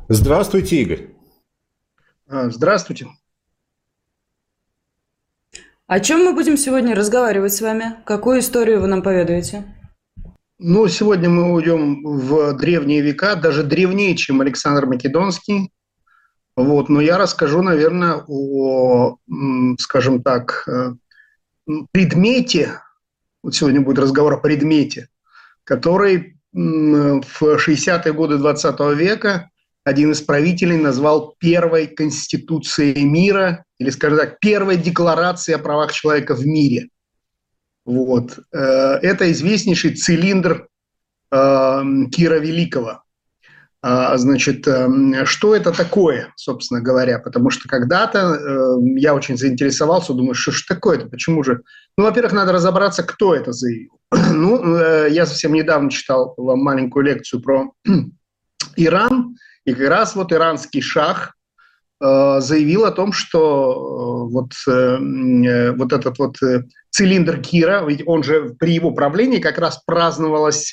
Здравствуйте, Игорь. Здравствуйте. О чем мы будем сегодня разговаривать с вами? Какую историю вы нам поведаете? Ну, сегодня мы уйдем в древние века, даже древнее, чем Александр Македонский. Вот, но я расскажу, наверное, о, скажем так, предмете. Вот сегодня будет разговор о предмете, который в 60-е годы 20 века один из правителей назвал первой конституцией мира, или, скажем так, первой декларацией о правах человека в мире. Вот. Это известнейший цилиндр Кира Великого. Значит, что это такое, собственно говоря? Потому что когда-то я очень заинтересовался, думаю, что ж такое-то, почему же? Ну, во-первых, надо разобраться, кто это заявил. Ну, я совсем недавно читал вам маленькую лекцию про Иран, и как раз вот иранский шах заявил о том, что вот этот вот цилиндр Кира, ведь он же при его правлении как раз праздновалось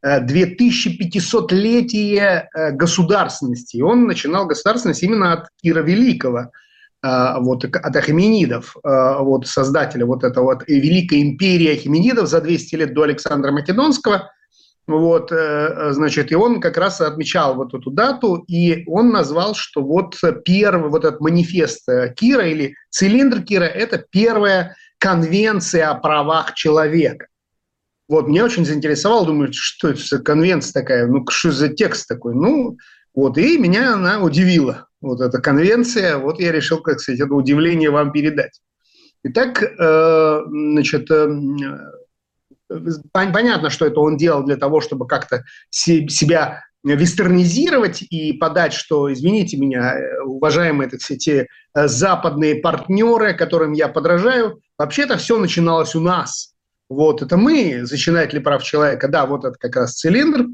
2500-летие государственности. И он начинал государственность именно от Кира Великого, вот, от ахеменидов, вот, создателя вот этого вот Великой империи ахеменидов за 200 лет до Александра Македонского. Вот, значит, и он как раз отмечал вот эту дату, и он назвал, что вот первый вот этот манифест Кира или цилиндр Кира – это первая конвенция о правах человека. Вот, меня очень заинтересовало, думаю, что это за конвенция такая, ну, что за текст такой, ну, вот, и меня она удивила, вот эта конвенция, вот я решил, как сказать, это удивление вам передать. Итак, значит, понятно, что это он делал для того, чтобы как-то себя вестернизировать и подать, что, извините меня, уважаемые все те западные партнеры, которым я подражаю, вообще-то все начиналось у нас. Вот, это мы, зачинатели прав человека, да, вот это как раз цилиндр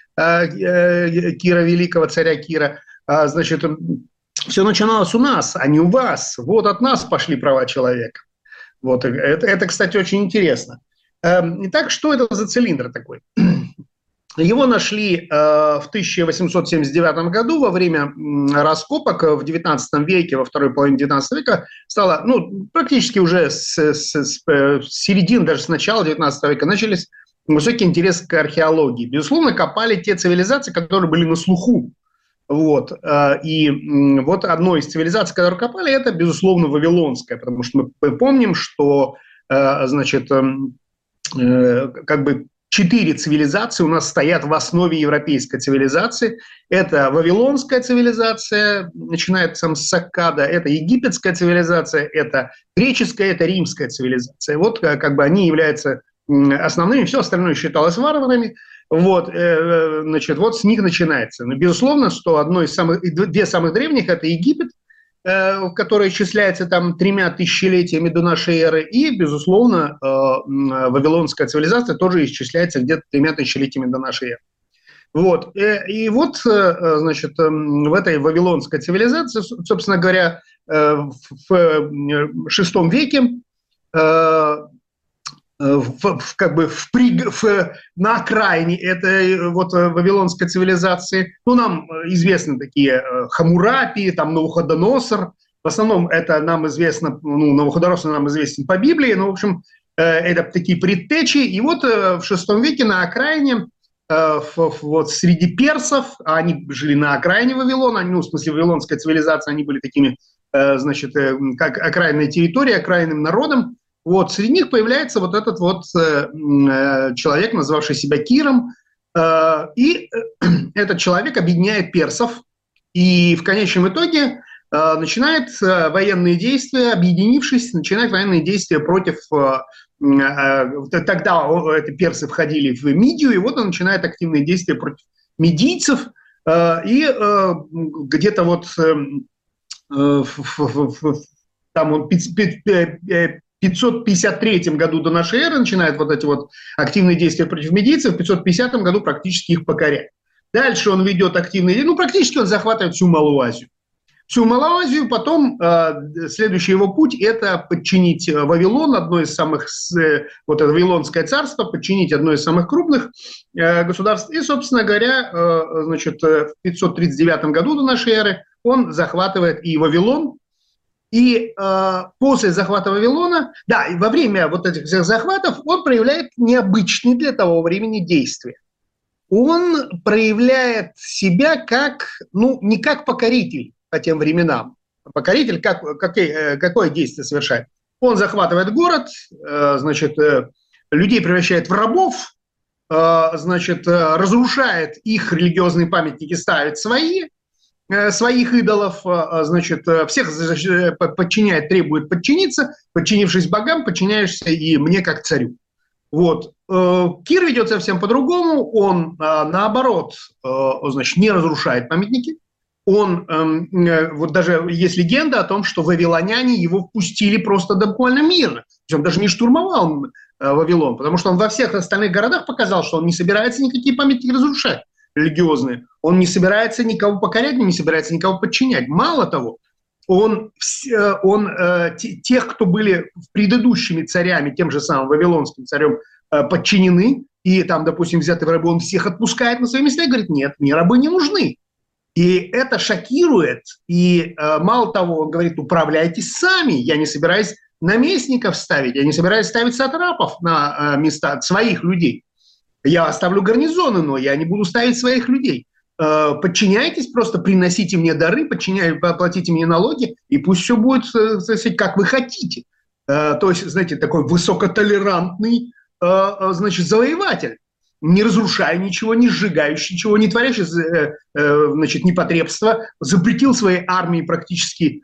Кира Великого, царя Кира, значит, все начиналось у нас, а не у вас. Вот от нас пошли права человека. Вот, это, кстати, очень интересно. Итак, что это за цилиндр такой? Его нашли в 1879 году во время раскопок в XIX веке, во второй половине XIX века, стало, ну, практически уже с середины, даже с начала XIX века начались высокий интерес к археологии. Безусловно, копали те цивилизации, которые были на слуху. Вот. И вот одной из цивилизаций, которую копали, это, безусловно, вавилонская, потому что мы помним, что, значит, как бы 4 цивилизации у нас стоят в основе европейской цивилизации. Это вавилонская цивилизация, начиная там с Аккада, это египетская цивилизация, это греческая, это римская цивилизация. Вот как бы они являются основными, все остальное считалось варварами. Вот, значит, вот с них начинается. Но, безусловно, что две самых древних – это Египет, который исчисляется там 3 тысячелетиями до нашей эры, и, безусловно, вавилонская цивилизация тоже исчисляется где-то 3 тысячелетиями до нашей эры. Вот. И вот, значит, в этой вавилонской цивилизации, собственно говоря, в VI веке как бы на окраине этой вот вавилонской цивилизации. Ну, нам известны такие Хаммурапи, там Навуходоносор. В основном это нам известно, ну, Навуходоносор нам известен по Библии, но, в общем, это такие предтечи. И вот в VI веке на окраине, вот среди персов, они жили на окраине Вавилона, ну, в смысле, вавилонская цивилизация, они были такими, значит, как окраинная территория, окраинным народом. Вот, среди них появляется вот этот вот человек, назвавший себя Киром, и этот человек объединяет персов, и в конечном итоге начинает военные действия, объединившись, начинает военные действия против... Тогда эти персы входили в Мидию, и вот он начинает активные действия против медийцев, и где-то вот там он 553 году до нашей эры начинает вот эти вот активные действия против медийцев, в 550 году практически их покоряет. Дальше он ведет активные, ну, практически он захватывает всю Малую Азию. всю Малую Азию, потом следующий его путь – это подчинить Вавилон, одно из самых, вот это Вавилонское царство, подчинить одно из самых крупных государств. И, собственно говоря, значит, в 539 году до нашей эры он захватывает и Вавилон, и после захвата Вавилона, да, и во время вот этих всех захватов он проявляет необычные для того времени действия. Он проявляет себя как, ну, не как покоритель по тем временам. Покоритель какое действие совершает? Он захватывает город, значит, людей превращает в рабов, значит, разрушает их религиозные памятники, ставит своих идолов, значит, всех подчиняет, требует подчиниться, подчинившись богам, подчиняешься и мне как царю. Вот. Кир ведет совсем по-другому, он, наоборот, значит, не разрушает памятники, он, вот даже есть легенда о том, что вавилоняне его впустили просто буквально мирно, он даже не штурмовал Вавилон, потому что он во всех остальных городах показал, что он не собирается никакие памятники разрушать религиозные, он не собирается никого покорять, не собирается никого подчинять. Мало того, он тех, кто были предыдущими царями, тем же самым вавилонским царем, подчинены, и там, допустим, взятые в рабы, он всех отпускает на свои места и говорит, нет, мне рабы не нужны. И это шокирует, и мало того, он говорит, управляйтесь сами, я не собираюсь наместников ставить, я не собираюсь ставить сатрапов на места своих людей. Я оставлю гарнизоны, но я не буду ставить своих людей. Подчиняйтесь, просто приносите мне дары, платите мне налоги, и пусть все будет, как вы хотите. То есть, знаете, такой высокотолерантный, значит, завоеватель, не разрушая ничего, не сжигающий ничего, не творящий, значит, непотребства, запретил своей армии практически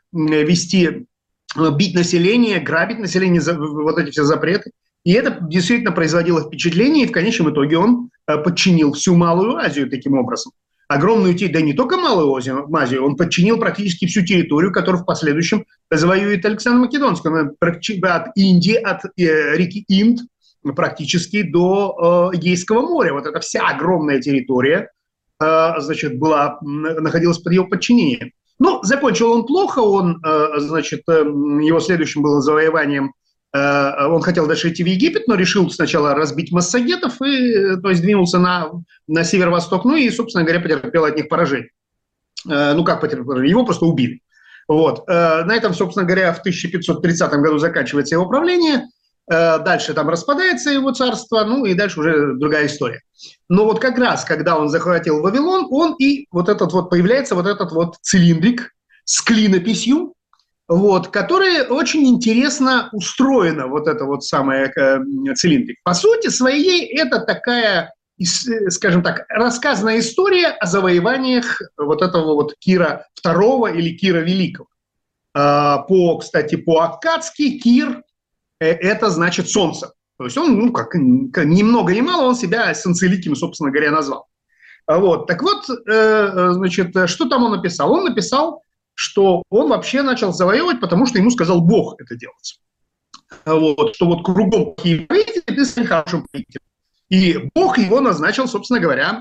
бить население, грабить население, вот эти все запреты. И это действительно производило впечатление, и в конечном итоге он подчинил всю Малую Азию таким образом. Огромную территорию, да не только Малую Азию, он подчинил практически всю территорию, которую в последующем завоюет Александр Македонский. От Индии, от реки Инд практически до Эгейского моря. Вот эта вся огромная территория, значит, находилась под его подчинением. Ну, закончил он плохо, значит, его следующим было завоеванием. Он хотел дальше идти в Египет, но решил сначала разбить массагетов, то есть двинулся на северо-восток, ну и, собственно говоря, потерпел от них поражение. Ну, как потерпел? Его просто убили. Вот. На этом, собственно говоря, в 1530 году заканчивается его правление, дальше там распадается его царство, ну и дальше уже другая история. Но вот как раз, когда он захватил Вавилон, появляется вот этот вот цилиндрик с клинописью, вот, которая очень интересно устроена, вот эта вот самая цилиндрик. По сути своей это такая, скажем так, рассказанная история о завоеваниях вот этого вот Кира II или Кира Великого. Кстати, по-аккадски Кир – это значит солнце. То есть он, ну, как ни много ни мало, он себя солнцеликим, собственно говоря, назвал. Вот. Так вот, значит, что там он написал? Он написал, что он вообще начал завоевывать, потому что ему сказал Бог это делать. Вот, что вот кругом такие правители, ты станешь хорошим правителем. И Бог его назначил, собственно говоря,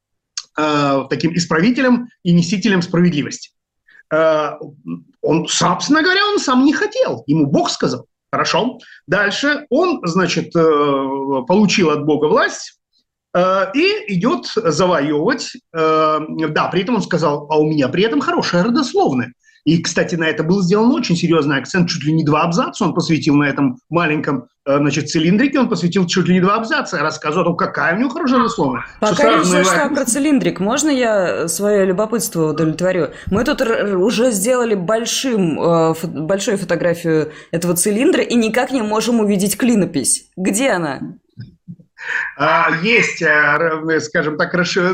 таким исправителем и носителем справедливости. Он, собственно говоря, он сам не хотел, ему Бог сказал. Хорошо. Дальше он, значит, получил от Бога власть, и идет завоевывать. Да, при этом он сказал, а у меня при этом хорошая родословная. И, кстати, на это был сделан очень серьезный акцент, чуть ли не 2 абзаца он посвятил на этом маленьком, значит, цилиндрике, он посвятил чуть ли не 2 абзаца, рассказывал о том, какая у него хорошая родословная. Пока речь зашла про цилиндрик, можно я свое любопытство удовлетворю? Мы тут уже сделали большую фотографию этого цилиндра и никак не можем увидеть клинопись. Где она? Есть, скажем так,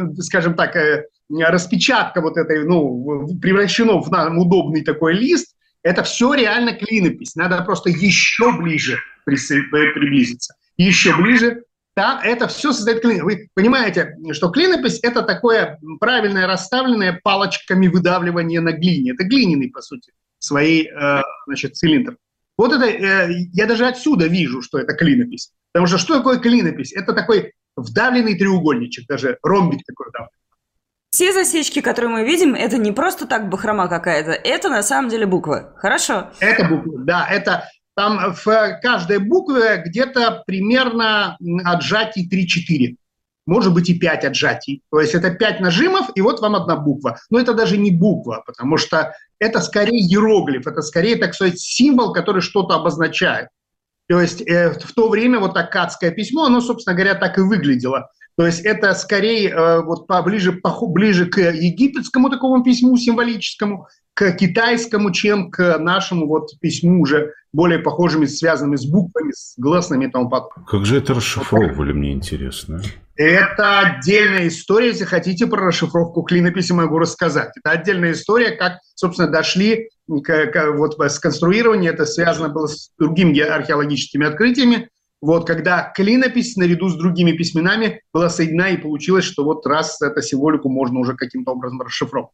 распечатка вот этой, ну, превращено в удобный такой лист. Это все реально клинопись. Надо просто еще ближе приблизиться. Еще ближе. Да, это все создает клинопись. Вы понимаете, что клинопись – это такое правильное расставленное палочками выдавливание на глине. Это глиняный, по сути, своей, значит, цилиндр. Вот это, я даже отсюда вижу, что это клинопись. Потому что такое клинопись? Это такой вдавленный треугольничек, даже ромбик такой вдавленный. Все засечки, которые мы видим, это не просто так бахрома какая-то, это на самом деле буквы. Хорошо. Это буквы, да, это там в каждой букве где-то примерно отжатий 3-4. Может быть и 5 отжатий. То есть это 5 нажимов, и вот вам одна буква. Но это даже не буква, потому что это скорее иероглиф, это скорее, так сказать, символ, который что-то обозначает. То есть в то время вот аккадское письмо, оно, собственно говоря, так и выглядело. То есть это скорее вот ближе к египетскому такому письму символическому, к китайскому, чем к нашему вот письму уже более похожими, связанными с буквами, с гласными и тому подобное. Как же это расшифровывали, мне интересно. Это отдельная история, если хотите, про расшифровку клинописи могу рассказать. Это отдельная история, как, собственно, дошли вот сконструирование, это связано было с другими археологическими открытиями, вот, когда клинопись наряду с другими письменами была соединена, и получилось, что вот раз эту символику можно уже каким-то образом расшифровать.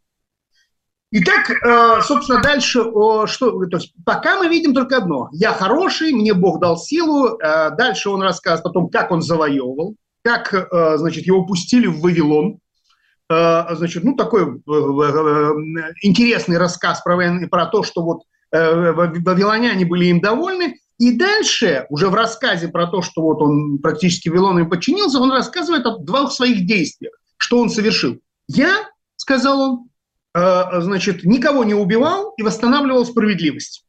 Итак, собственно, дальше, то есть пока мы видим только одно. Я хороший, мне Бог дал силу. Дальше он рассказывает о том, как он завоевывал, как, значит, его пустили в Вавилон. Значит, ну, такой интересный рассказ про то, что вот вавилоняне были им довольны. И дальше, уже в рассказе про то, что вот он практически Вавилону им подчинился, он рассказывает о двух своих действиях, что он совершил. Я, сказал он, значит, никого не убивал и восстанавливал справедливость.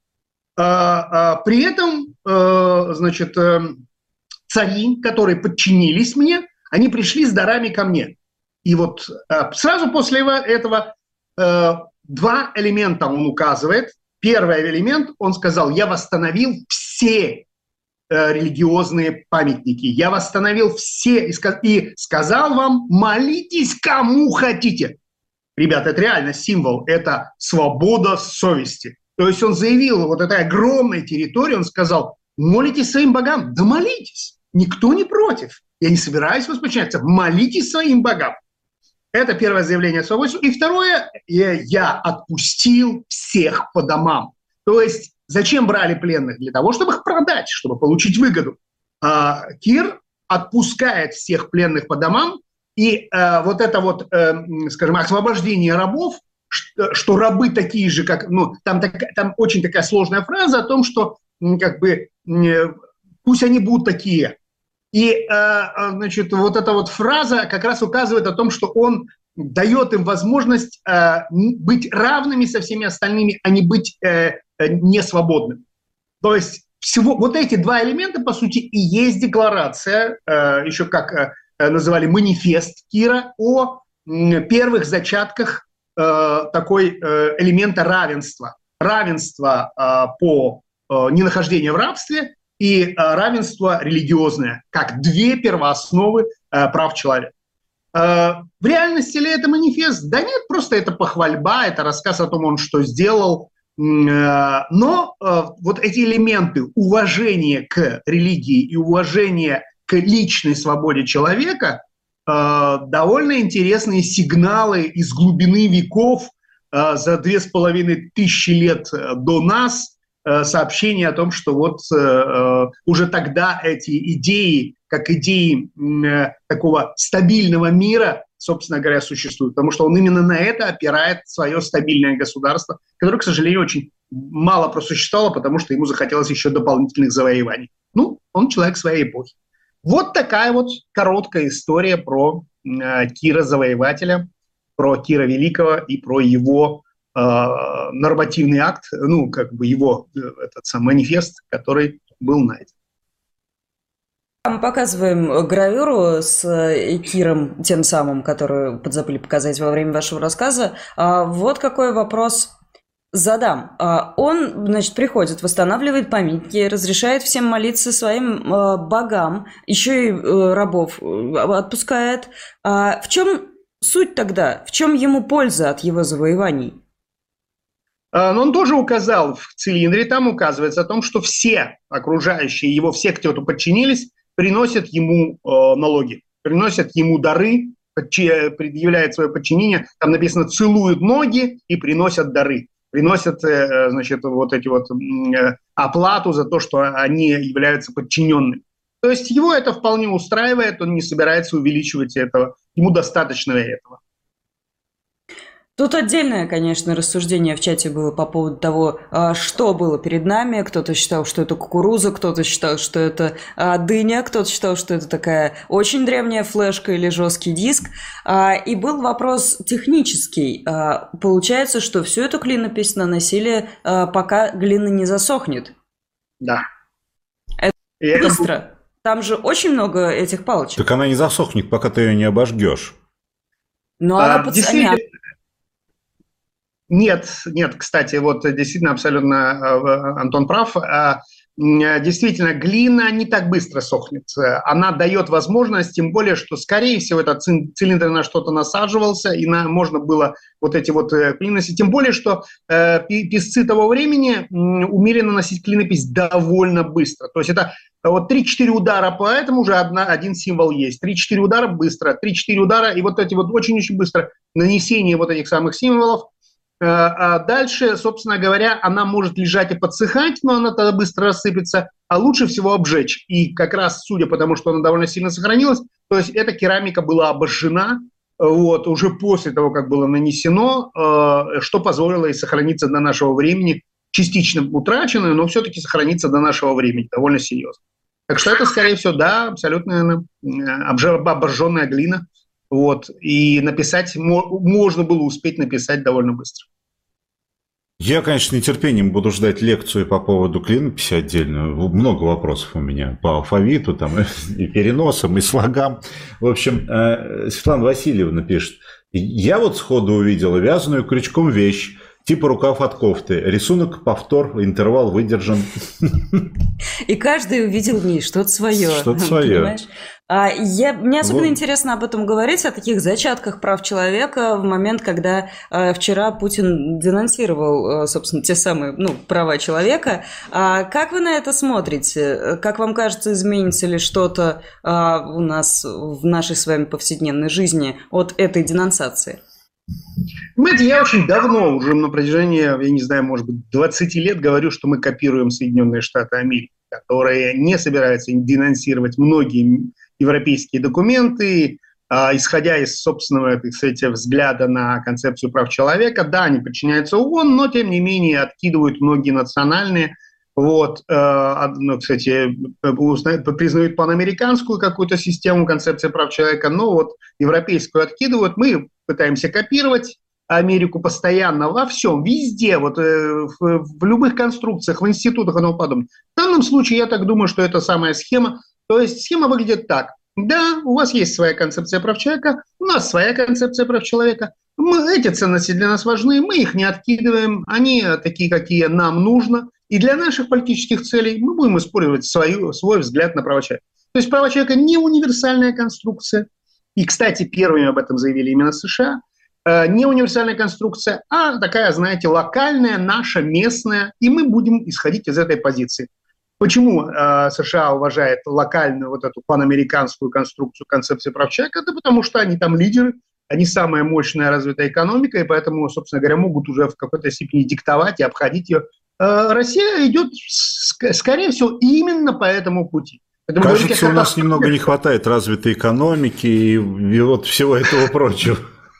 При этом, значит, цари, которые подчинились мне, они пришли с дарами ко мне. И вот сразу после этого два элемента он указывает. Первый элемент, он сказал, я восстановил все религиозные памятники, я восстановил все, и сказал вам, молитесь кому хотите. Ребята, это реально символ, это свобода совести. То есть он заявил вот этой огромной территории, он сказал, молитесь своим богам, да молитесь, никто не против, я не собираюсь вас подчиняться, молитесь своим богам. Это первое заявление о свободе. И второе, я отпустил всех по домам. То есть зачем брали пленных? Для того, чтобы их продать, чтобы получить выгоду. Кир отпускает всех пленных по домам, и вот это вот, скажем, освобождение рабов, что рабы такие же, как... Ну, там очень такая сложная фраза о том, что как бы пусть они будут такие. И, значит, вот эта вот фраза как раз указывает о том, что он дает им возможность быть равными со всеми остальными, а не быть несвободными. То есть всего, вот эти два элемента, по сути, и есть декларация, еще как называли манифест Кира, о первых зачатках такой элемента равенства. Равенство по ненахождению в рабстве и равенство религиозное, как две первоосновы прав человека. В реальности ли это манифест? Да нет, просто это похвальба, это рассказ о том, он что сделал. Но вот эти элементы уважения к религии и уважения к личной свободе человека довольно интересные сигналы из глубины веков за 2500 лет до нас, сообщение о том, что вот уже тогда эти идеи, как идеи такого стабильного мира, собственно говоря, существуют. Потому что он именно на это опирает свое стабильное государство, которое, к сожалению, очень мало просуществовало, потому что ему захотелось еще дополнительных завоеваний. Ну, он человек своей эпохи. Вот такая вот короткая история про Кира Завоевателя, про Кира Великого и про его нормативный акт, ну, как бы его этот сам манифест, который был найден. Мы показываем гравюру с Киром, тем самым, которую подзабыли показать во время вашего рассказа. Вот какой вопрос задам. Он, значит, приходит, восстанавливает памятники, разрешает всем молиться своим богам, еще и рабов отпускает. В чем суть тогда? В чем ему польза от его завоеваний? Но он тоже указал в цилиндре, там указывается о том, что все окружающие его, все, кто подчинились, приносят ему налоги, приносят ему дары, предъявляют свое подчинение. Там написано «целуют ноги и приносят дары». Приносят, значит, вот эти вот оплату за то, что они являются подчиненными. То есть его это вполне устраивает, он не собирается увеличивать этого, ему достаточно этого. Тут отдельное, конечно, рассуждение в чате было по поводу того, что было перед нами. Кто-то считал, что это кукуруза, кто-то считал, что это дыня, кто-то считал, что это такая очень древняя флешка или жесткий диск. И был вопрос технический. Получается, что всю эту клинопись наносили, пока глина не засохнет. Да. Это быстро. Там же очень много этих палочек. Так она не засохнет, пока ты ее не обожгешь. Но она действительно... Нет, кстати, вот действительно абсолютно Антон прав. Действительно, глина не так быстро сохнет. Она дает возможность, тем более, что, скорее всего, этот цилиндр на что-то насаживался, и можно было вот эти вот клинописи. Тем более, что писцы того времени умели наносить клинопись довольно быстро. То есть это вот 3-4 удара по этому уже один символ есть. 3-4 удара быстро, 3-4 удара, и вот эти вот очень-очень быстро нанесение вот этих самых символов. А дальше, собственно говоря, она может лежать и подсыхать, но она тогда быстро рассыпется, а лучше всего обжечь. И как раз, судя по тому, что она довольно сильно сохранилась, то есть эта керамика была обожжена вот, уже после того, как было нанесено, что позволило ей сохраниться до нашего времени, частично утраченную, но все-таки сохраниться до нашего времени довольно серьезно. Так что это, скорее всего, да, абсолютно обожженная глина. Вот, и написать, можно было успеть написать довольно быстро. Я, конечно, нетерпением буду ждать лекцию по поводу клинописи отдельно. Много вопросов у меня по алфавиту, там, и переносам, и слогам. В общем, Светлана Васильевна пишет. Я вот сходу увидела вязаную крючком вещь, типа рукав от кофты. Рисунок, повтор, интервал выдержан. И каждый увидел в ней что-то свое. Что-то свое. Понимаешь? Мне особенно интересно об этом говорить, о таких зачатках прав человека в момент, когда вчера Путин денонсировал, собственно, те самые права человека. Как вы на это смотрите? Как вам кажется, изменится ли что-то у нас в нашей с вами повседневной жизни от этой денонсации? Понимаете, я очень давно, уже на протяжении, я не знаю, может быть, 20 лет говорю, что мы копируем Соединенные Штаты Америки, которые не собираются денонсировать многие европейские документы, исходя из собственного, так сказать, взгляда на концепцию прав человека. Да, они подчиняются ООН, но, тем не менее, откидывают многие национальные, кстати, признают панамериканскую какую-то систему концепции прав человека, но вот европейскую откидывают. Мы пытаемся копировать Америку постоянно во всем, везде, вот в любых конструкциях, в институтах и тому подобное. В данном случае я так думаю, что это самая схема. То есть схема выглядит так. Да, у вас есть своя концепция прав человека, у нас своя концепция прав человека. Эти ценности для нас важны, мы их не откидываем, они такие, какие нам нужно. И для наших политических целей мы будем использовать свой взгляд на права человека. То есть права человека не универсальная конструкция. И, кстати, первыми об этом заявили именно США. Не универсальная конструкция, а такая, знаете, локальная, наша, местная. И мы будем исходить из этой позиции. Почему США уважает локальную вот эту панамериканскую конструкцию концепции прав человека? Это потому что они там лидеры, они самая мощная развитая экономика, и поэтому, собственно говоря, могут уже в какой-то степени диктовать и обходить ее. Россия идет, скорее всего, именно по этому пути. Поэтому кажется, у нас немного не хватает развитой экономики и вот всего этого прочего.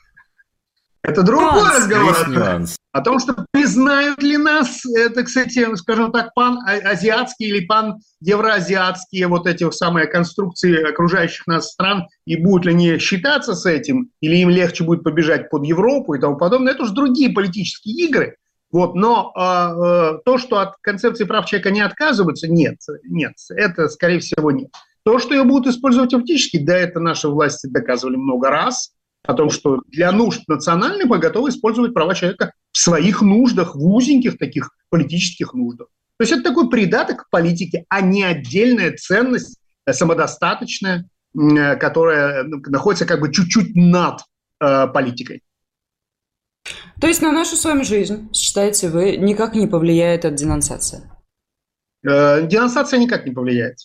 Это другой разговор. О том, что признают ли нас, это, кстати, скажем так, пан-азиатские или пан-евроазиатские вот эти самые конструкции окружающих нас стран, и будут ли они считаться с этим, или им легче будет побежать под Европу и тому подобное, это уже другие политические игры. Вот, но то, что от концепции прав человека не отказываются, нет, это, скорее всего, нет. То, что ее будут использовать фактически, да, это наши власти доказывали много раз, о том, что для нужд национальных мы готовы использовать права человека в своих нуждах, в узеньких таких политических нуждах. То есть это такой придаток к политике, а не отдельная ценность, самодостаточная, которая находится как бы чуть-чуть над политикой. То есть на нашу с вами жизнь, считаете вы, никак не повлияет эта денонсация? Денонсация никак не повлияет.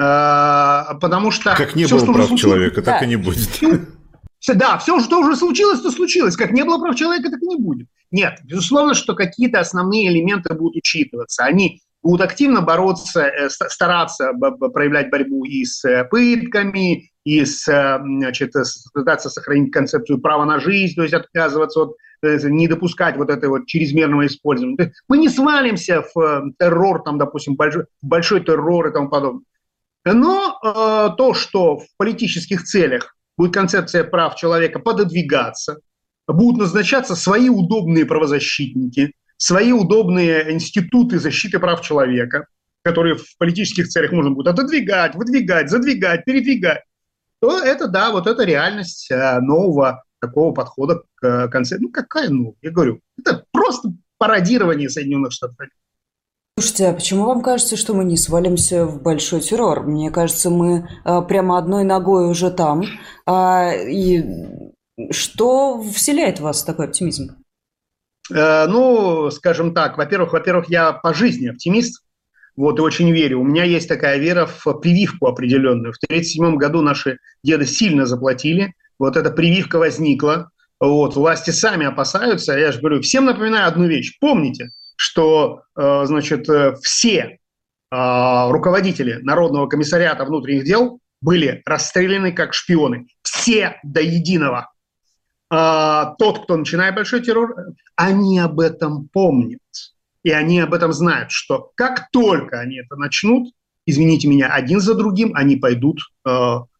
Потому что... Как не было прав человека, так и не будет. Да, все, что уже случилось, то случилось. Как не было прав человека, так и не будет. Нет, безусловно, что какие-то основные элементы будут учитываться. Они будут активно бороться, стараться проявлять борьбу и с пытками, и значит, пытаться сохранить концепцию права на жизнь, то есть отказываться от не допускать вот этого чрезмерного использования. Мы не свалимся в террор, там, допустим, большой террор и тому подобное. Но то, что в политических целях будет концепция прав человека пододвигаться, будут назначаться свои удобные правозащитники, свои удобные институты защиты прав человека, которые в политических целях можно будет отодвигать, выдвигать, задвигать, передвигать, то это, да, вот это реальность нового такого подхода к концепции. Ну, какая новая? Я говорю, это просто пародирование Соединенных Штатов. Слушайте, а почему вам кажется, что мы не свалимся в большой террор? Мне кажется, мы прямо одной ногой уже там. И что вселяет в вас такой оптимизм? Ну, скажем так, во-первых, я по жизни оптимист, вот, и очень верю. У меня есть такая вера в прививку определенную. В 1937 году наши деды сильно заплатили, вот эта прививка возникла, вот, власти сами опасаются. Я же говорю, всем напоминаю одну вещь. Помните, что, значит, все руководители Народного комиссариата внутренних дел были расстреляны как шпионы. Все до единого. Тот, кто начинает большой террор, они об этом помнят. И они об этом знают, что как только они это начнут, извините меня, один за другим, они пойдут под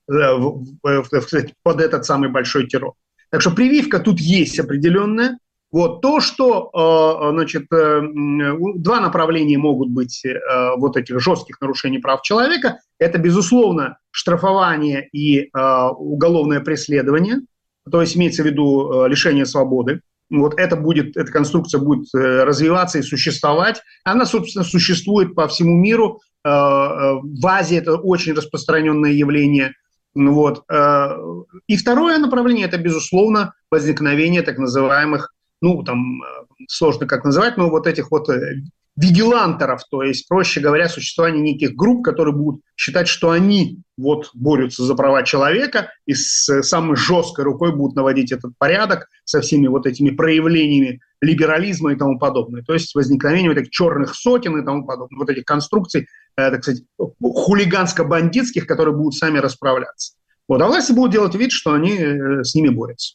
этот самый большой террор. Так что прививка тут есть определенная. Вот то, что, значит, два направления могут быть вот этих жестких нарушений прав человека, это, безусловно, штрафование и уголовное преследование, то есть имеется в виду лишение свободы. Вот эта конструкция будет развиваться и существовать. Она, собственно, существует по всему миру. В Азии это очень распространенное явление. Вот. И второе направление – это, безусловно, возникновение так называемых, ну, там, сложно как называть, но вот этих вот вигилантеров, то есть, проще говоря, существование неких групп, которые будут считать, что они вот борются за права человека и с самой жесткой рукой будут наводить этот порядок со всеми вот этими проявлениями либерализма и тому подобное. То есть возникновение вот этих черных сотен и тому подобное, вот этих конструкций, так сказать, хулиганско-бандитских, которые будут сами расправляться. Вот. А власти будут делать вид, что они с ними борются.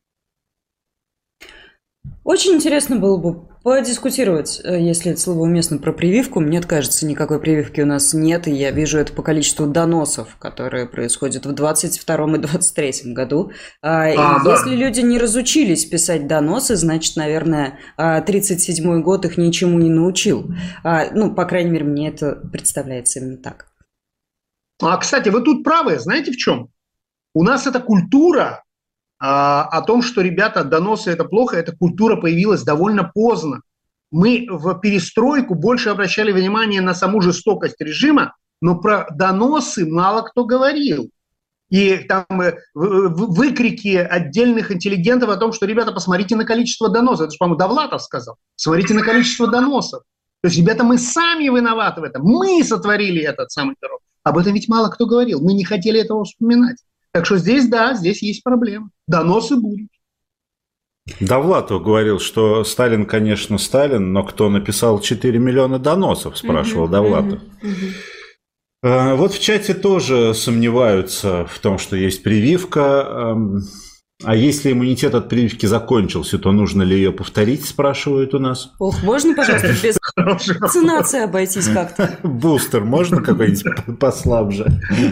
Очень интересно было бы подискутировать, если это слово уместно, про прививку. Мне кажется, никакой прививки у нас нет, и я вижу это по количеству доносов, которые происходят в 2022 и 2023 году. Если люди не разучились писать доносы, значит, наверное, 1937 год их ничему не научил. Ну, по крайней мере, мне это представляется именно так. Кстати, вы тут правы. Знаете в чем? У нас эта культура о том, что, ребята, доносы – это плохо, эта культура появилась довольно поздно. Мы в перестройку больше обращали внимание на саму жестокость режима, но про доносы мало кто говорил. И там выкрики отдельных интеллигентов о том, что, ребята, посмотрите на количество доносов. Это же, по-моему, Довлатов сказал. Смотрите на количество доносов. То есть, ребята, мы сами виноваты в этом. Мы сотворили этот самый террор. Об этом ведь мало кто говорил. Мы не хотели этого вспоминать. Так что здесь, да, здесь есть проблема. Доносы будут. Довлатов говорил, что Сталин, конечно, Сталин, но кто написал 4 миллиона доносов, спрашивал Довлатов. Вот в чате тоже сомневаются в том, что есть прививка. А если иммунитет от прививки закончился, то нужно ли ее повторить, спрашивают у нас. Ох, можно, пожалуйста, без вакцинации обойтись как-то? Бустер можно какой-нибудь послабже?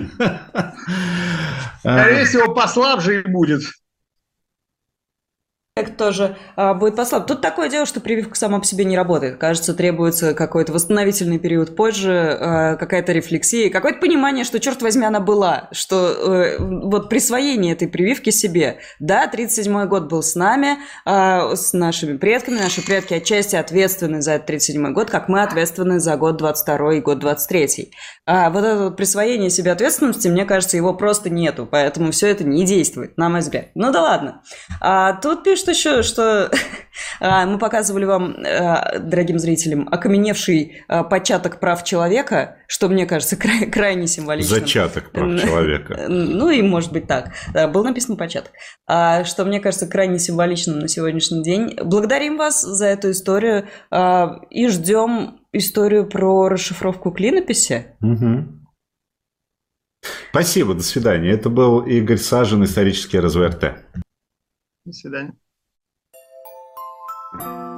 Скорее всего, послабже и будет. Тоже будет послаб. Тут такое дело, что прививка сама по себе не работает. Кажется, требуется какой-то восстановительный период позже, какая-то рефлексия, какое-то понимание, что, черт возьми, она была, что вот присвоение этой прививки себе. Да, 1937 год был с нами, с нашими предками. Наши предки отчасти ответственны за этот 1937 год, как мы ответственны за год 22 и год 23. Вот это вот присвоение себе ответственности, мне кажется, его просто нету, поэтому все это не действует, на мой взгляд. Ну да ладно. Тут пишут еще, что мы показывали вам, дорогим зрителям, окаменевший початок прав человека, что, мне кажется, крайне символичным. Зачаток прав человека. Ну и может быть так. Был написан початок. Что, мне кажется, крайне символичным на сегодняшний день. Благодарим вас за эту историю и ждем историю про расшифровку клинописи. Спасибо, до свидания. Это был Игорь Сажин, исторический РЗВ РТ. До свидания.